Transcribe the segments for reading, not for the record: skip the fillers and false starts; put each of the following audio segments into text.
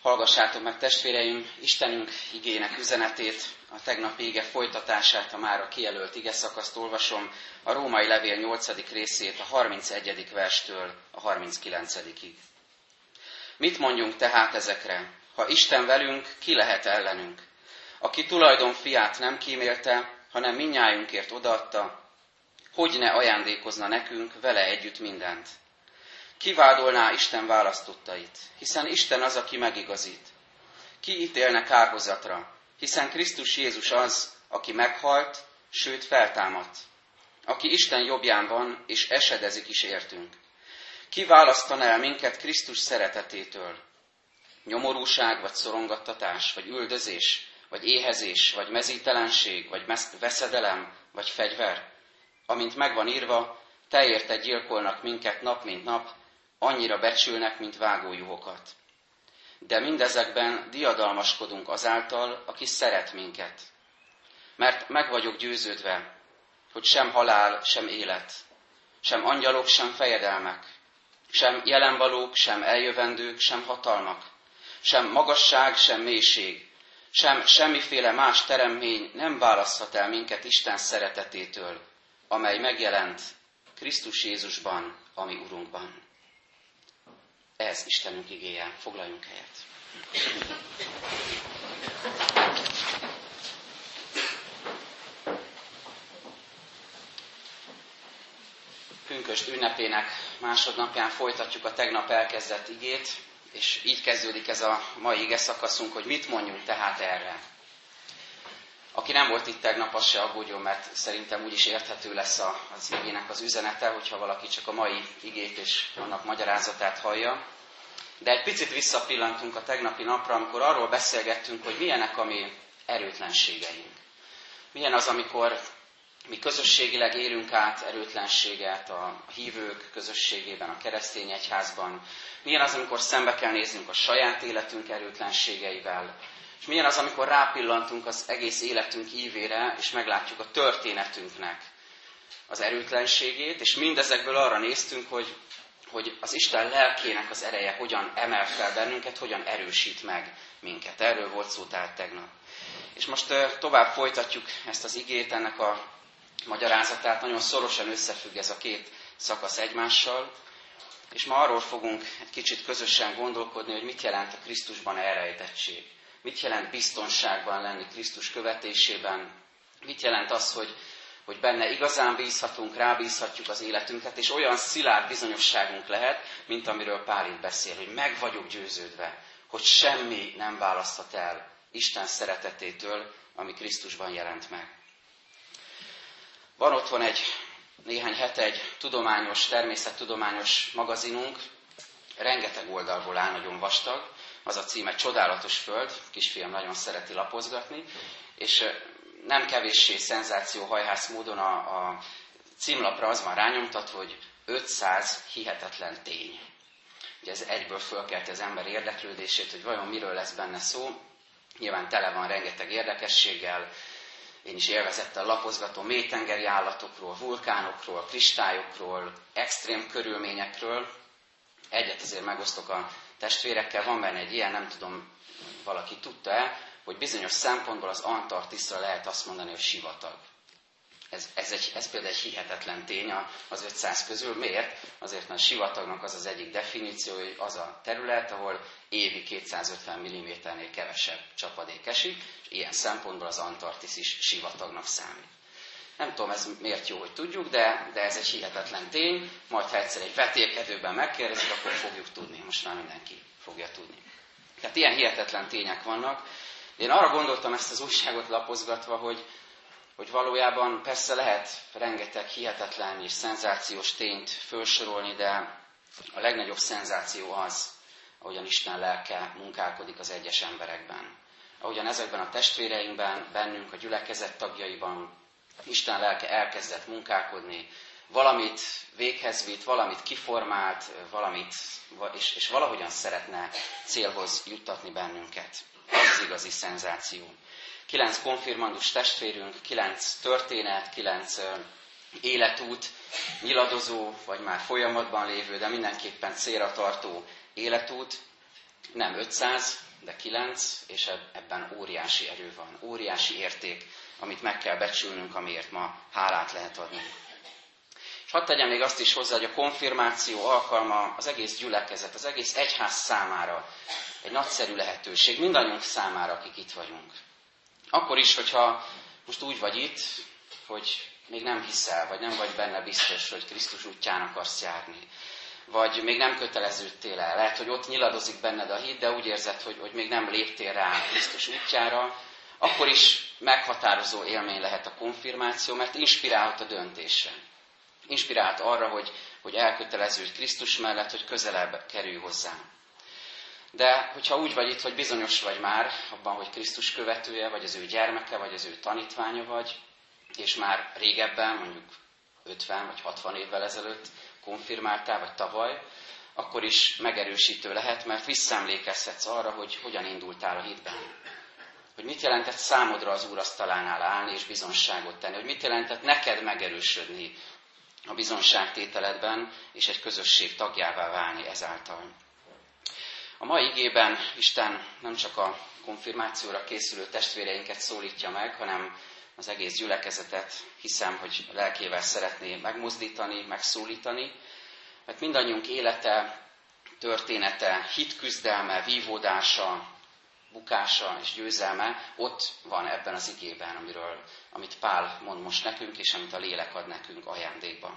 Hallgassátok meg, testvéreim, Istenünk igének üzenetét, a tegnapi ige folytatását, a mára kijelölt igeszakaszt olvasom, a Római levél 8. részét, a 31. verstől a 39-ig. Mit mondjunk tehát ezekre? Ha Isten velünk, ki lehet ellenünk? Aki tulajdon fiát nem kímélte, hanem mindnyájunkért odaadta, hogy ne ajándékozna nekünk vele együtt mindent? Ki vádolná Isten választottait? Hiszen Isten az, aki megigazít. Ki ítélne kárhozatra? Hiszen Krisztus Jézus az, aki meghalt, sőt feltámadt. Aki Isten jobbján van, és esedezik is értünk. Ki választana el minket Krisztus szeretetétől? Nyomorúság, vagy szorongattatás, vagy üldözés, vagy éhezés, vagy mezítelenség, vagy veszedelem, vagy fegyver? Amint megvan írva, te érted gyilkolnak minket nap mint nap, annyira becsülnek, mint vágójuhokat. De mindezekben diadalmaskodunk azáltal, aki szeret minket. Mert meg vagyok győződve, hogy sem halál, sem élet, sem angyalok, sem fejedelmek, sem jelenvalók, sem eljövendők, sem hatalmak, sem magasság, sem mélység, sem semmiféle más teremmény nem választhat el minket Isten szeretetétől, amely megjelent Krisztus Jézusban, a mi Urunkban. Ez Istenünk igéje. Foglaljunk helyet. Pünkösd ünnepének másodnapján folytatjuk a tegnap elkezdett igét, és így kezdődik ez a mai igeszakaszunk, hogy mit mondjunk tehát erre. Aki nem volt itt tegnap, az se aggódjon, mert szerintem úgyis érthető lesz az igének az üzenete, hogyha valaki csak a mai igét és annak magyarázatát hallja. De egy picit visszapillantunk a tegnapi napra, amikor arról beszélgettünk, hogy milyenek a mi erőtlenségeink. Milyen az, amikor mi közösségileg élünk át erőtlenséget a hívők közösségében, a keresztény egyházban. Milyen az, amikor szembe kell néznünk a saját életünk erőtlenségeivel. És milyen az, amikor rápillantunk az egész életünk ívére, és meglátjuk a történetünknek az erőtlenségét, és mindezekből arra néztünk, hogy az Isten lelkének az ereje hogyan emel fel bennünket, hogyan erősít meg minket. Erről volt szó tehát tegnap. És most tovább folytatjuk ezt az igét, ennek a magyarázatát. Nagyon szorosan összefügg ez a két szakasz egymással, és ma arról fogunk egy kicsit közösen gondolkodni, hogy mit jelent a Krisztusban elrejtettség. Mit jelent biztonságban lenni Krisztus követésében? Mit jelent az, hogy benne igazán bízhatunk, rábízhatjuk az életünket, és olyan szilárd bizonyosságunk lehet, mint amiről Pál itt beszél, hogy meg vagyok győződve, hogy semmi nem választhat el Isten szeretetétől, ami Krisztusban jelent meg. Van otthon néhány hete egy tudományos, természettudományos magazinunk, rengeteg oldalból áll, nagyon vastag, az a címe Csodálatos Föld, kisfiam nagyon szereti lapozgatni, és nem kevéssé szenzációhajhász módon a címlapra az van rányomtatva, hogy 500 hihetetlen tény. Ugye ez egyből fölkelti az ember érdeklődését, hogy vajon miről lesz benne szó. Nyilván tele van rengeteg érdekességgel, én is élvezettel lapozgatom mélytengeri állatokról, vulkánokról, kristályokról, extrém körülményekről. Egyet azért megosztok a testvérekkel, van benne egy ilyen, nem tudom, valaki tudta-e, hogy bizonyos szempontból az Antarktiszra lehet azt mondani, hogy sivatag. Ez például egy hihetetlen tény az 500 közül. Miért? Azért, mert a sivatagnak az egyik definíció, hogy az a terület, ahol évi 250 mm-nél kevesebb csapadék esik, és ilyen szempontból az Antarktisz is sivatagnak számít. Nem tudom, ez miért jó, hogy tudjuk, de ez egy hihetetlen tény. Majd, ha egyszer egy vetélkedőben megkérdezik, akkor fogjuk tudni. Most már mindenki fogja tudni. Tehát ilyen hihetetlen tények vannak. Én arra gondoltam ezt az újságot lapozgatva, hogy valójában persze lehet rengeteg hihetetlen és szenzációs tényt felsorolni, de a legnagyobb szenzáció az, ahogyan Isten lelke munkálkodik az egyes emberekben. Ahogyan ezekben a testvéreinkben, bennünk, a gyülekezet tagjaiban Isten lelke elkezdett munkálkodni, valamit véghez vitt, valamit kiformált, és valahogyan szeretne célhoz juttatni bennünket. Az az igazi szenzáció. 9 konfirmandus testvérünk, 9 történet, 9 életút, nyiladozó, vagy már folyamatban lévő, de mindenképpen célra tartó életút. Nem 500, de 9, és ebben óriási erő van, óriási érték, amit meg kell becsülnünk, amiért ma hálát lehet adni. És hadd tegyem még azt is hozzá, hogy a konfirmáció alkalma az egész gyülekezet, az egész egyház számára egy nagyszerű lehetőség, mindannyiunk számára, akik itt vagyunk. Akkor is, hogyha most úgy vagy itt, hogy még nem hiszel, vagy nem vagy benne biztos, hogy Krisztus útján akarsz járni. Vagy még nem köteleződtél el. Lehet, hogy ott nyiladozik benned a hit, de úgy érzed, hogy még nem léptél rá Krisztus útjára. Akkor is meghatározó élmény lehet a konfirmáció, mert inspirálhat a döntésre. Inspirálhat arra, hogy elköteleződj Krisztus mellett, hogy közelebb kerülj hozzá. De hogyha úgy vagy itt, hogy bizonyos vagy már abban, hogy Krisztus követője, vagy az ő gyermeke, vagy az ő tanítványa vagy, és már régebben, mondjuk 50 vagy 60 évvel ezelőtt konfirmáltál, vagy tavaly, akkor is megerősítő lehet, mert visszaemlékezhetsz arra, hogy hogyan indultál a hitben. Hogy mit jelentett számodra az úrasztalánál állni és bizonságot tenni. Hogy mit jelentett neked megerősödni a bizonságtételedben, és egy közösség tagjává válni ezáltal. A mai igében Isten nem csak a konfirmációra készülő testvéreinket szólítja meg, hanem az egész gyülekezetet, hiszem, hogy lelkével szeretné megmozdítani, megszólítani, mert mindannyiunk élete, története, hitküzdelme, vívódása, bukása és győzelme ott van ebben az igében, amit Pál mond most nekünk, és amit a lélek ad nekünk ajándékban.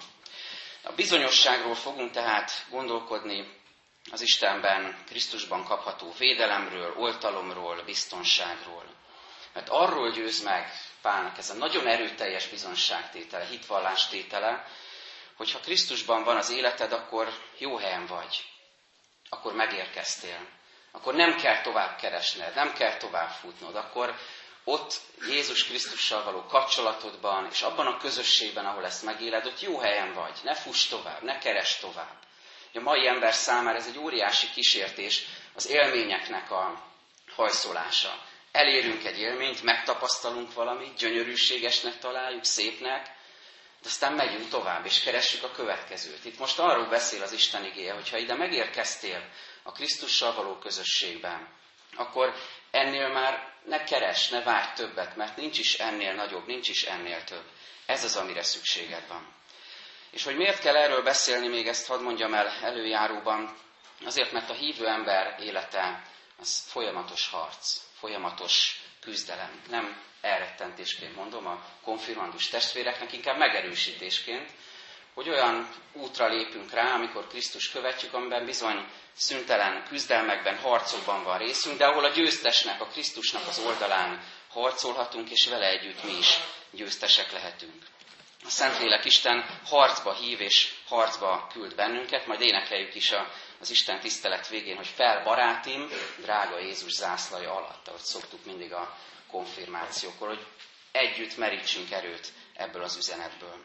A bizonyosságról fogunk tehát gondolkodni, az Istenben, Krisztusban kapható védelemről, oltalomról, biztonságról. Mert arról győz meg Pálnak ez a nagyon erőteljes bizonságtétele, hitvallástétele, hogy ha Krisztusban van az életed, akkor jó helyen vagy. Akkor megérkeztél. Akkor nem kell tovább keresned, nem kell tovább futnod. Akkor ott Jézus Krisztussal való kapcsolatodban, és abban a közösségben, ahol ezt megéled, ott jó helyen vagy. Ne fuss tovább, ne keresd tovább. A mai ember számára ez egy óriási kísértés, az élményeknek a hajszolása. Elérünk egy élményt, megtapasztalunk valamit, gyönyörűségesnek találjuk, szépnek, de aztán megyünk tovább, és keressük a következőt. Itt most arról beszél az Isten igéje, hogy ha ide megérkeztél a Krisztussal való közösségben, akkor ennél már ne keresd, ne várj többet, mert nincs is ennél nagyobb, nincs is ennél több. Ez az, amire szükséged van. És hogy miért kell erről beszélni, még ezt hadd mondjam el előjáróban, azért, mert a hívő ember élete az folyamatos harc, folyamatos küzdelem. Nem elrettentésként mondom a konfirmandus testvéreknek, inkább megerősítésként, hogy olyan útra lépünk rá, amikor Krisztus követjük, amiben bizony szüntelen küzdelmekben, harcokban van részünk, de ahol a győztesnek, a Krisztusnak az oldalán harcolhatunk, és vele együtt mi is győztesek lehetünk. A Szentlélek Isten harcba hív és harcba küld bennünket, majd énekeljük is az Isten tisztelet végén, hogy fel barátim, drága Jézus zászlaja alatt, ahogy szoktuk mindig a konfirmációkor, hogy együtt merítsünk erőt ebből az üzenetből.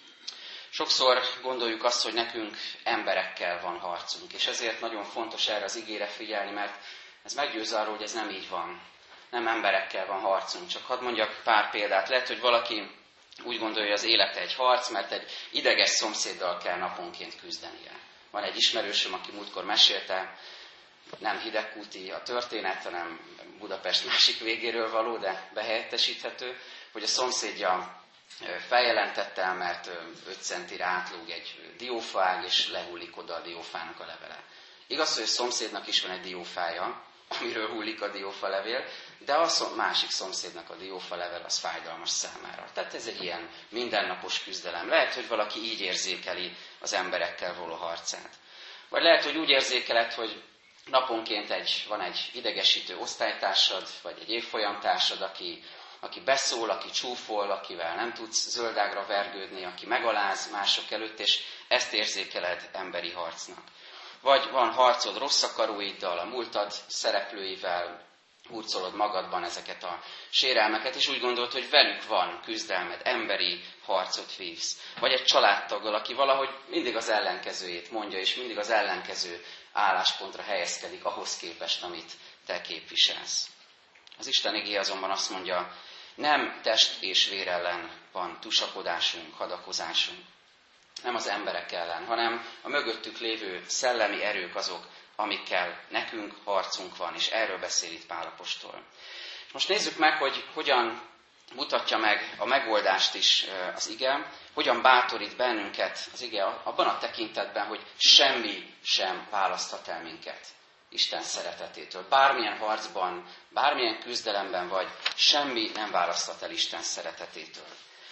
Sokszor gondoljuk azt, hogy nekünk emberekkel van harcunk, és ezért nagyon fontos erre az igére figyelni, mert ez meggyőz arról, hogy ez nem így van. Nem emberekkel van harcunk. Csak hadd mondjak pár példát. Lehet, hogy valaki úgy gondolja, hogy az élete egy harc, mert egy ideges szomszéddal kell naponként küzdenie. Van egy ismerősöm, aki múltkor mesélte, nem Hidegkúti a történet, hanem Budapest másik végéről való, de behelyettesíthető, hogy a szomszédja feljelentette, mert 5 centire átlóg egy diófaág, és lehullik oda a diófának a levele. Igaz, hogy a szomszédnak is van egy diófája, amiről hullik a diófalevél, de a másik szomszédnak a diófalevél az fájdalmas számára. Tehát ez egy ilyen mindennapos küzdelem. Lehet, hogy valaki így érzékeli az emberekkel való harcát. Vagy lehet, hogy úgy érzékeled, hogy naponként van egy idegesítő osztálytársad, vagy egy évfolyamtársad, aki beszól, aki csúfol, akivel nem tudsz zöldágra vergődni, aki megaláz mások előtt, és ezt érzékeled emberi harcnak. Vagy van harcod rossz akaróiddal, a múltad szereplőivel, hurcolod magadban ezeket a sérelmeket, és úgy gondolod, hogy velük van küzdelmed, emberi harcot vívsz. Vagy egy családtaggal, aki valahogy mindig az ellenkezőjét mondja, és mindig az ellenkező álláspontra helyezkedik ahhoz képest, amit te képviselsz. Az Isten igéje azonban azt mondja, nem test és vér ellen van tusakodásunk, hadakozásunk. Nem az emberek ellen, hanem a mögöttük lévő szellemi erők azok, amikkel nekünk harcunk van, és erről beszél itt Pál apostol. Most nézzük meg, hogy hogyan mutatja meg a megoldást is az ige, hogyan bátorít bennünket az ige abban a tekintetben, hogy semmi sem választhat el minket Isten szeretetétől. Bármilyen harcban, bármilyen küzdelemben vagy, semmi nem választhat el Isten szeretetétől.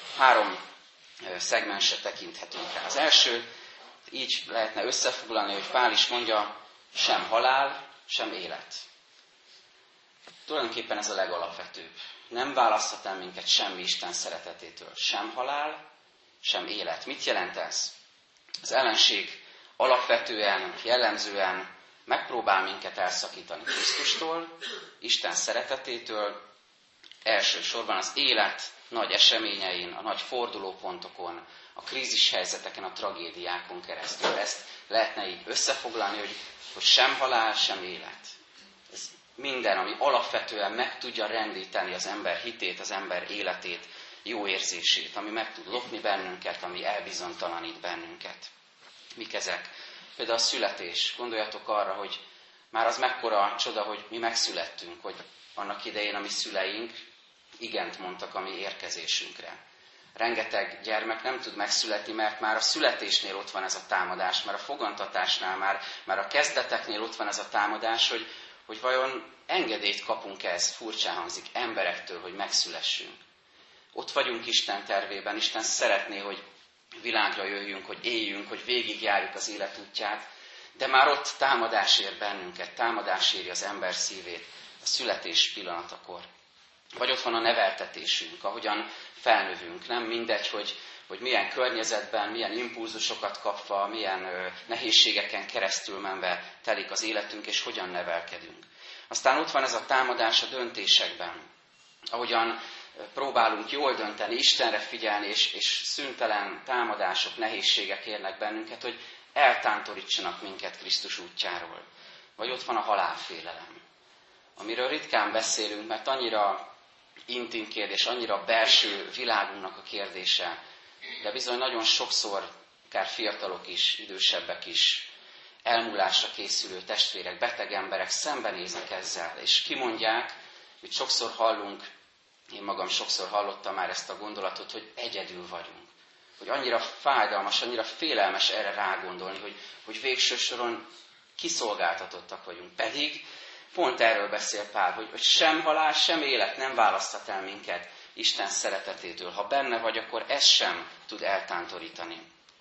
3 szegmensre tekinthetünk rá. Az első, így lehetne összefoglalni, hogy Pál is mondja, sem halál, sem élet. Tulajdonképpen ez a legalapvetőbb. Nem választhat el minket semmi Isten szeretetétől. Sem halál, sem élet. Mit jelent ez? Az ellenség alapvetően, jellemzően megpróbál minket elszakítani Krisztustól, Isten szeretetétől, elsősorban az élet nagy eseményein, a nagy fordulópontokon, a krízis helyzeteken, a tragédiákon keresztül. Ezt lehetne így összefoglalni, hogy sem halál, sem élet. Ez minden, ami alapvetően meg tudja rendíteni az ember hitét, az ember életét, jó érzését, ami meg tud lopni bennünket, ami elbizonytalanít bennünket. Mik ezek? Például a születés. Gondoljatok arra, hogy már az mekkora csoda, hogy mi megszülettünk, hogy annak idején a mi szüleink igent mondtak a mi érkezésünkre. Rengeteg gyermek nem tud megszületni, mert már a születésnél ott van ez a támadás, már a fogantatásnál, már a kezdeteknél ott van ez a támadás, hogy vajon engedélyt kapunk-e, ez furcsán hangzik, emberektől, hogy megszülessünk. Ott vagyunk Isten tervében, Isten szeretné, hogy világra jöjjünk, hogy éljünk, hogy végigjárjuk az életútját, de már ott támadás ér bennünket, támadás éri az ember szívét a születés pillanatakor. Vagy ott van a neveltetésünk, ahogyan felnövünk. Nem mindegy, hogy milyen környezetben, milyen impulzusokat kapva, milyen nehézségeken keresztül menve telik az életünk, és hogyan nevelkedünk. Aztán ott van ez a támadás a döntésekben, ahogyan próbálunk jól dönteni, Istenre figyelni, és szüntelen támadások, nehézségek érnek bennünket, hogy eltántorítsanak minket Krisztus útjáról. Vagy ott van a halálfélelem, amiről ritkán beszélünk, mert annyira intim kérdés, annyira belső világunknak a kérdése, de bizony nagyon sokszor, akár fiatalok is, idősebbek is, elmúlásra készülő testvérek, beteg emberek szembenéznek ezzel, és kimondják, hogy sokszor hallunk, én magam sokszor hallottam már ezt a gondolatot, hogy egyedül vagyunk. Hogy annyira fájdalmas, annyira félelmes erre rágondolni, hogy végső soron kiszolgáltatottak vagyunk. Pedig pont erről beszél Pál, hogy sem halál, sem élet nem választhat el minket Isten szeretetétől. Ha benne vagy, akkor ez sem tud eltántorítani.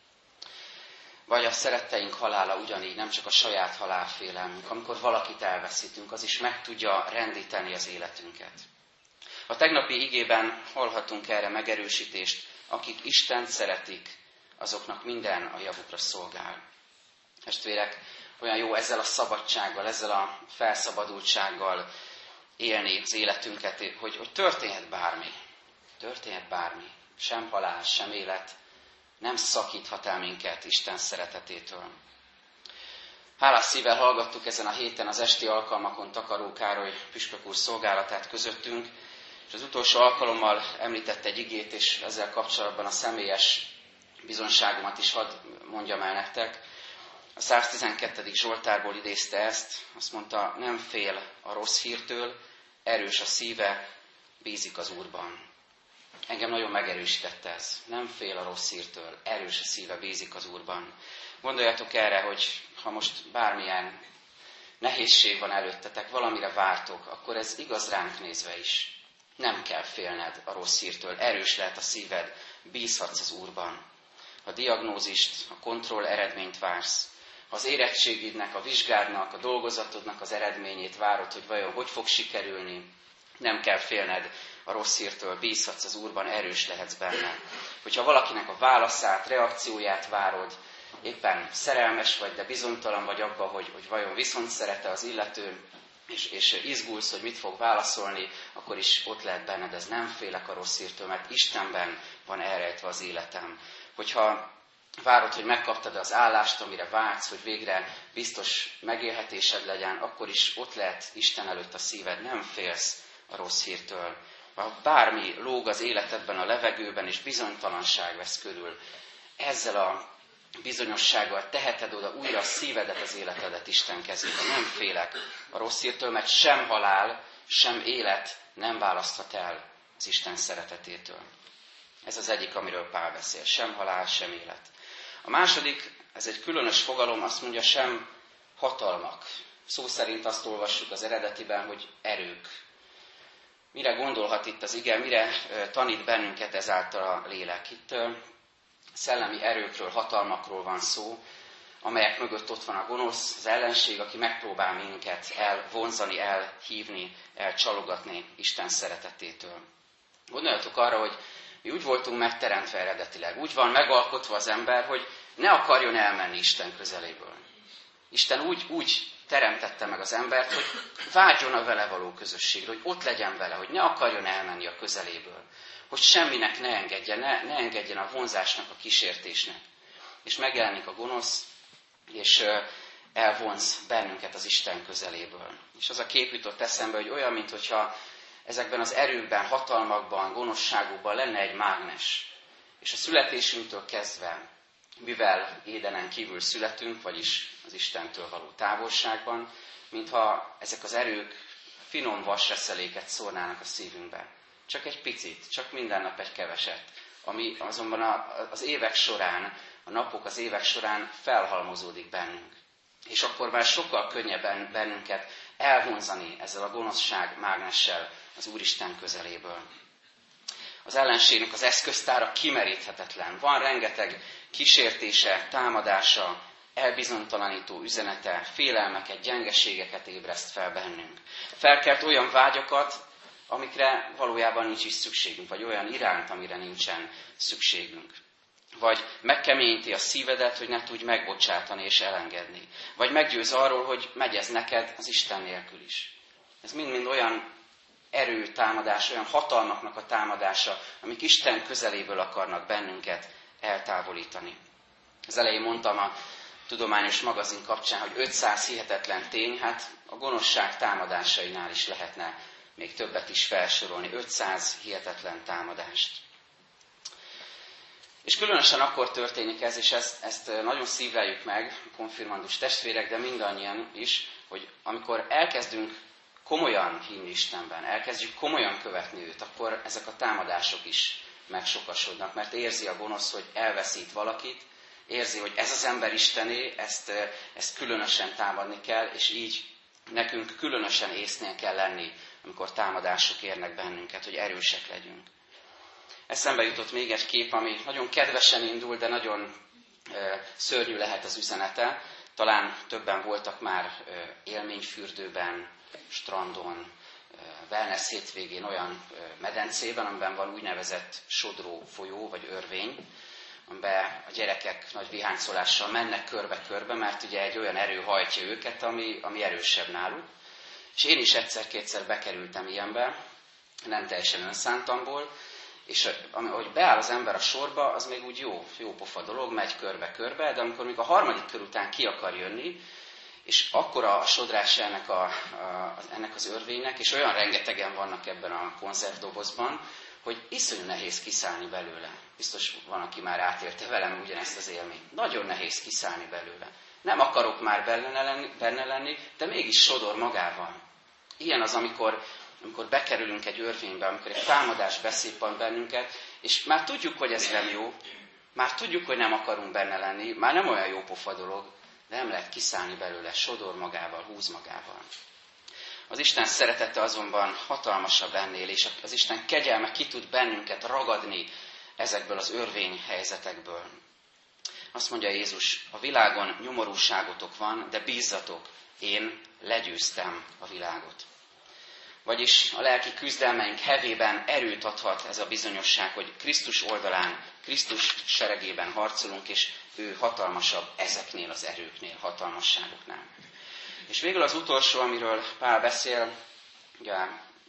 Vagy a szeretteink halála ugyanígy, nem csak a saját halálfélelmünk. Amikor valakit elveszítünk, az is meg tudja rendíteni az életünket. A tegnapi igében hallhatunk erre megerősítést, akik Istent szeretik, azoknak minden a javukra szolgál. Testvérek, olyan jó ezzel a szabadsággal, ezzel a felszabadultsággal élni az életünket, hogy történhet bármi. Történhet bármi. Sem halál, sem élet nem szakíthat el minket Isten szeretetétől. Hálás szívvel hallgattuk ezen a héten az esti alkalmakon Takaró Károly püspök úr szolgálatát közöttünk, és az utolsó alkalommal említett egy igét, és ezzel kapcsolatban a személyes bizonságomat is hadd mondjam el nektek. A 112. Zsoltárból idézte ezt, azt mondta, nem fél a rossz hírtől, erős a szíve, bízik az Úrban. Engem nagyon megerősítette ez. Nem fél a rossz hírtől, erős a szíve, bízik az Úrban. Gondoljatok erre, hogy ha most bármilyen nehézség van előttetek, valamire vártok, akkor ez igaz ránk nézve is. Nem kell félned a rossz hírtől, erős lehet a szíved, bízhatsz az Úrban. A diagnózist, a kontroll eredményt vársz, ha az érettségidnek, a vizsgádnak, a dolgozatodnak az eredményét várod, hogy vajon hogy fog sikerülni, nem kell félned a rossz hírtől, bízhatsz az Úrban, erős lehetsz benne. Hogyha valakinek a válaszát, reakcióját várod, éppen szerelmes vagy, de bizonytalan vagy abba, hogy vajon viszont szeret-e az illető, és izgulsz, hogy mit fog válaszolni, akkor is ott lehet benned, ez nem félek a rossz hírtől, mert Istenben van elrejtve az életem. Hogyha várod, hogy megkaptad az állást, amire vágysz, hogy végre biztos megélhetésed legyen, akkor is ott lehet Isten előtt a szíved, nem félsz a rossz hírtől. Ha bármi lóg az életedben, a levegőben, és bizonytalanság vesz körül, ezzel a bizonyossággal teheted oda újra a szívedet, az életedet Isten kezébe. Nem félek a rossz hírtől, mert sem halál, sem élet nem választhat el az Isten szeretetétől. Ez az egyik, amiről Pál beszél. Sem halál, sem élet. A második, ez egy különös fogalom, azt mondja, sem hatalmak. Szó szerint azt olvassuk az eredetiben, hogy erők. Mire gondolhat itt az ige, mire tanít bennünket ezáltal a lélek? Itt szellemi erőkről, hatalmakról van szó, amelyek mögött ott van a gonosz, az ellenség, aki megpróbál minket elvonzani, elhívni, elcsalogatni Isten szeretetétől. Gondoljatok arra, hogy mi úgy voltunk megteremtve eredetileg, úgy van megalkotva az ember, hogy ne akarjon elmenni Isten közeléből. Isten úgy teremtette meg az embert, hogy vágyjon a vele való közösségre, hogy ott legyen vele, hogy ne akarjon elmenni a közeléből, hogy semminek ne engedjen, ne engedjen a vonzásnak, a kísértésnek. És megjelenik a gonosz, és elvonz bennünket az Isten közeléből. És az a kép jutott eszembe, hogy olyan, mintha ezekben az erőkben, hatalmakban, gonoszságukban lenne egy mágnes. És a születésünktől kezdve, mivel Édenen kívül születünk, vagyis az Istentől való távolságban, mintha ezek az erők finom vasreszeléket szórnának a szívünkbe. Csak egy picit, csak minden nap egy keveset, ami azonban az évek során, a napok az évek során felhalmozódik bennünk. És akkor már sokkal könnyebb bennünket elvonzani ezzel a gonoszság mágnessel az Úristen közeléből. Az ellenségnek az eszköztára kimeríthetetlen. Van rengeteg kísértése, támadása, elbizonytalanító üzenete, félelmeket, gyengeségeket ébreszt fel bennünk. Felkelt olyan vágyakat, amikre valójában nincs is szükségünk, vagy olyan iránt, amire nincsen szükségünk. Vagy megkeményíti a szívedet, hogy ne tudj megbocsátani és elengedni. Vagy meggyőz arról, hogy megy ez neked az Isten nélkül is. Ez mind-mind olyan erőtámadás, olyan hatalmaknak a támadása, amik Isten közeléből akarnak bennünket eltávolítani. Az elején mondtam a tudományos magazin kapcsán, hogy 500 hihetetlen tény, hát a gonoszság támadásainál is lehetne még többet is felsorolni. 500 hihetetlen támadást. És különösen akkor történik ez, és ezt nagyon szívleljük meg, konfirmandus testvérek, de mindannyian is, hogy amikor elkezdünk komolyan hinni Istenben, elkezdjük komolyan követni őt, akkor ezek a támadások is megsokasodnak, mert érzi a gonosz, hogy elveszít valakit, érzi, hogy ez az ember Istené, ezt különösen támadni kell, és így nekünk különösen észnél kell lenni, amikor támadások érnek bennünket, hogy erősek legyünk. Eszembe jutott még egy kép, ami nagyon kedvesen indul, de nagyon szörnyű lehet az üzenete. Talán többen voltak már élményfürdőben, strandon, wellness hétvégén olyan medencében, amiben van úgynevezett sodró folyó vagy örvény, amiben a gyerekek nagy viháncolással mennek körbe-körbe, mert ugye egy olyan erő hajtja őket, ami erősebb náluk. És én is egyszer-kétszer bekerültem ilyenbe, nem teljesen önszántamból, és ahogy beáll az ember a sorba, az még úgy jó pofa dolog, megy körbe-körbe, de amikor még a harmadik kör után ki akar jönni, és akkora a sodrás ennek az örvénynek, és olyan rengetegen vannak ebben a konzervdobozban, hogy iszonyú nehéz kiszállni belőle. Biztos van, aki már átélte velem ugyanezt az élményt. Nagyon nehéz kiszállni belőle. Nem akarok már benne lenni, de mégis sodor magával. Ilyen az, amikor bekerülünk egy örvénybe, amikor egy támadás beszippant bennünket, és már tudjuk, hogy ez nem jó, már tudjuk, hogy nem akarunk benne lenni, már nem olyan jó pofa dolog, de nem lehet kiszállni belőle, sodor magával, húz magával. Az Isten szeretete azonban hatalmasabb ennél, és az Isten kegyelme ki tud bennünket ragadni ezekből az örvényhelyzetekből. Azt mondja Jézus, a világon nyomorúságotok van, de bízzatok, én legyőztem a világot. Vagyis a lelki küzdelmeink hevében erőt adhat ez a bizonyosság, hogy Krisztus oldalán, Krisztus seregében harcolunk, és ő hatalmasabb ezeknél az erőknél, hatalmasságoknál. És végül az utolsó, amiről Pál beszél, ugye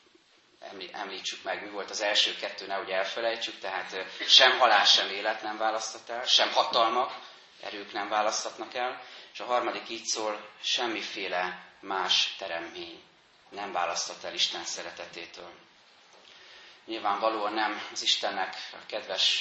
említsük meg, mi volt az első kettő, nehogy elfelejtsük, tehát sem halál, sem élet nem választhat el, sem hatalmak, erők nem választhatnak el, és a harmadik így szól, semmiféle más teremmény nem választhat el Isten szeretetétől. Nyilvánvalóan nem az Istennek a kedves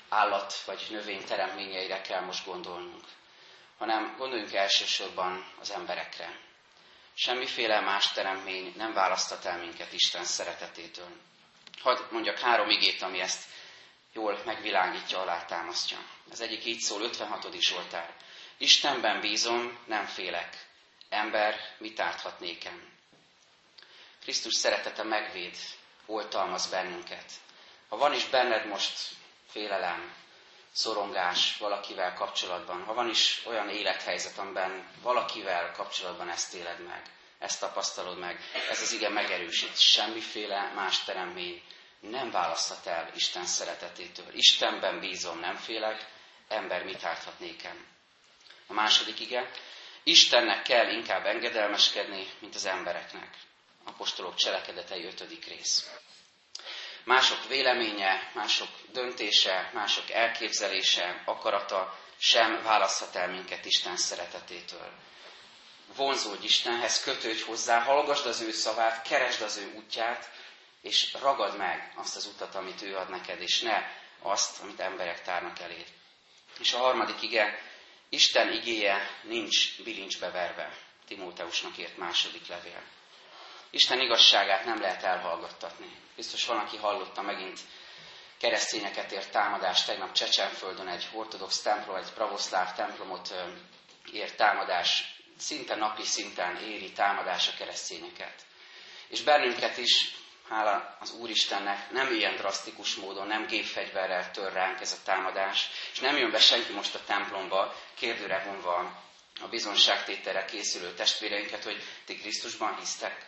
állat vagy növény teremtményeire kell most gondolnunk, hanem gondoljunk elsősorban az emberekre. Semmiféle más teremtmény nem választhat el minket Isten szeretetétől. Hadd mondjak 3 igét, ami ezt jól megvilágítja, alátámasztja. Az egyik így szól, 56. Zsoltár. Istenben bízom, nem félek. Ember, mit árthat nékem? Krisztus szeretete megvéd, oltalmaz bennünket. Ha van is benned most félelem, szorongás valakivel kapcsolatban, ha van is olyan élethelyzet, amiben valakivel kapcsolatban ezt éled meg, ezt tapasztalod meg, ez az ige megerősít. Semmiféle más teremtmény nem választhat el Isten szeretetétől. Istenben bízom, nem félek, ember, mit árthat nékem? A második ige, Istennek kell inkább engedelmeskedni, mint az embereknek. Apostolok cselekedetei 5. rész. Mások véleménye, mások döntése, mások elképzelése, akarata sem választhat el minket Isten szeretetétől. Vonzódj Istenhez, kötődj hozzá, hallgasd az ő szavát, keresd az ő útját, és ragad meg azt az utat, amit ő ad neked, és ne azt, amit emberek tárnak eléd. És a harmadik ige, Isten igéje nincs bilincsbe verve. Timóteusnak írt 2. levél. Isten igazságát nem lehet elhallgattatni. Biztos van, aki hallotta megint keresztényeket ért támadást. Tegnap Csecsenföldön egy ortodox templom, egy pravoszláv templomot ért támadás. Szinte napi szinten éri támadás a keresztényeket. És bennünket is, hála az Úristennek, nem ilyen drasztikus módon, nem gépfegyverrel tör ránk ez a támadás, és nem jön be senki most a templomba, kérdőre vonva a bizonságtételre készülő testvéreinket, hogy ti Krisztusban hisztek.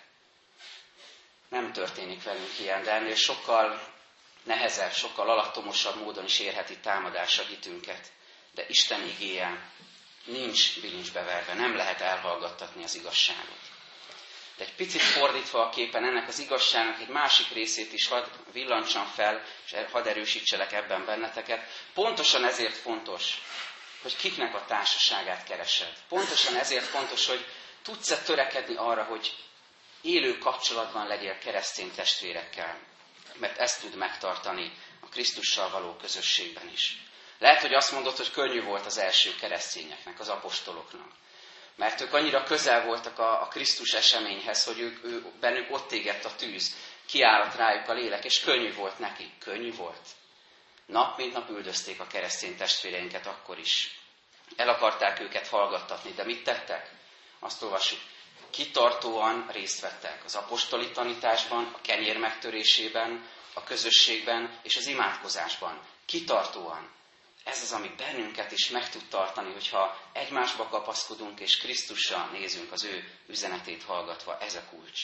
Nem történik velünk ilyen, de ennél sokkal nehezebb, sokkal alattomosabb módon is érheti támadás a hitünket. De Isten igéje nincs bilincsbe verve, nem lehet elhallgattatni az igazságot. De egy picit fordítva a képen ennek az igazságnak egy másik részét is hadd villantsam fel, és hadd erősítselek ebben benneteket. Pontosan ezért fontos, hogy kiknek a társaságát keresed. Pontosan ezért fontos, hogy tudsz-e törekedni arra, hogy élő kapcsolatban legyél keresztény testvérekkel. Mert ezt tud megtartani a Krisztussal való közösségben is. Lehet, hogy azt mondod, hogy könnyű volt az első keresztényeknek, az apostoloknak. Mert ők annyira közel voltak a Krisztus eseményhez, hogy bennük ott égett a tűz, kiáradt rájuk a lélek, és könnyű volt nekik. Könnyű volt. Nap mint nap üldözték a keresztény testvéreinket akkor is. El akarták őket hallgattatni, de mit tettek? Azt olvassuk. Kitartóan részt vettek az apostoli tanításban, a kenyér megtörésében, a közösségben és az imádkozásban. Kitartóan. Ez az, ami bennünket is meg tud tartani, hogyha egymásba kapaszkodunk és Krisztusra nézünk, az ő üzenetét hallgatva. Ez a kulcs.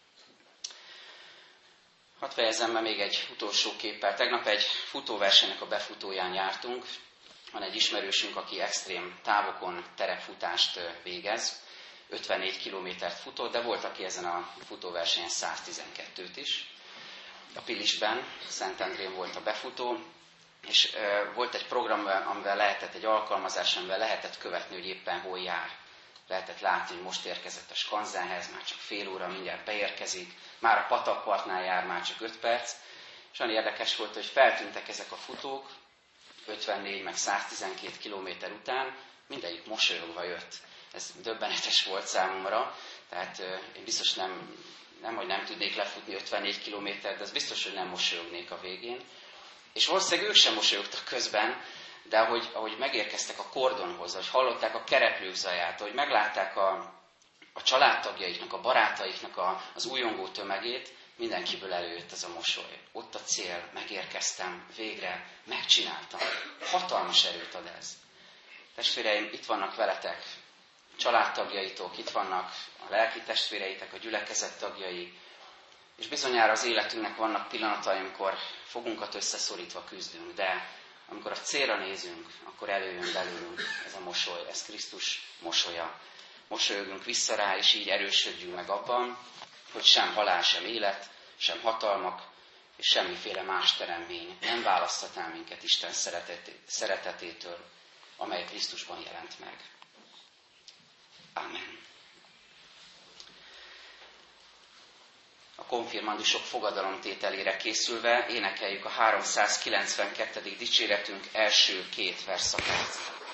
Hadd fejezzem be még egy utolsó képpel. Tegnap egy futóversenynek a befutóján jártunk. Van egy ismerősünk, aki extrém távokon terepfutást végez. 54 kilométert futott, de volt, aki ezen a futóversenyen 112-t is. A Pilisben, Szentendrén volt a befutó, és volt egy program, amivel lehetett, egy alkalmazás, amivel lehetett követni, hogy éppen hol jár. Lehetett látni, hogy most érkezett a Skanzenhez, már csak fél óra, mindjárt beérkezik, már a patakpartnál jár, már csak 5 perc. És olyan érdekes volt, hogy feltűntek ezek a futók, 54 meg 112 kilométer után, mindegyik mosolyogva jött. Ez döbbenetes volt számomra, tehát én biztos hogy nem tudnék lefutni 54 kilométert, de az biztos, hogy nem mosolyognék a végén. És valószínűleg ők sem mosolyogtak közben, de ahogy megérkeztek a kordonhoz, ahogy hallották a kereplők zaját, ahogy meglátták a családtagjaiknak, a barátaiknak az újongó tömegét, mindenkiből előjött ez a mosoly. Ott a cél, megérkeztem, végre, megcsináltam. Hatalmas erőt ad ez. Testvéreim, itt vannak veletek, családtagjaitok, itt vannak a lelki testvéreitek, a gyülekezet tagjai, és bizonyára az életünknek vannak pillanatai, amikor fogunkat összeszorítva küzdünk, de amikor a célra nézünk, akkor előjön belőlünk ez a mosoly, ez Krisztus mosolya. Mosolyogunk vissza rá, és így erősödjünk meg abban, hogy sem halál, sem élet, sem hatalmak, és semmiféle más teremmény nem választhat el minket Isten szeretetétől, amely Krisztusban jelent meg. Amen. A konfirmandusok fogadalomtételére készülve énekeljük a 392. dicséretünk első két versszakát.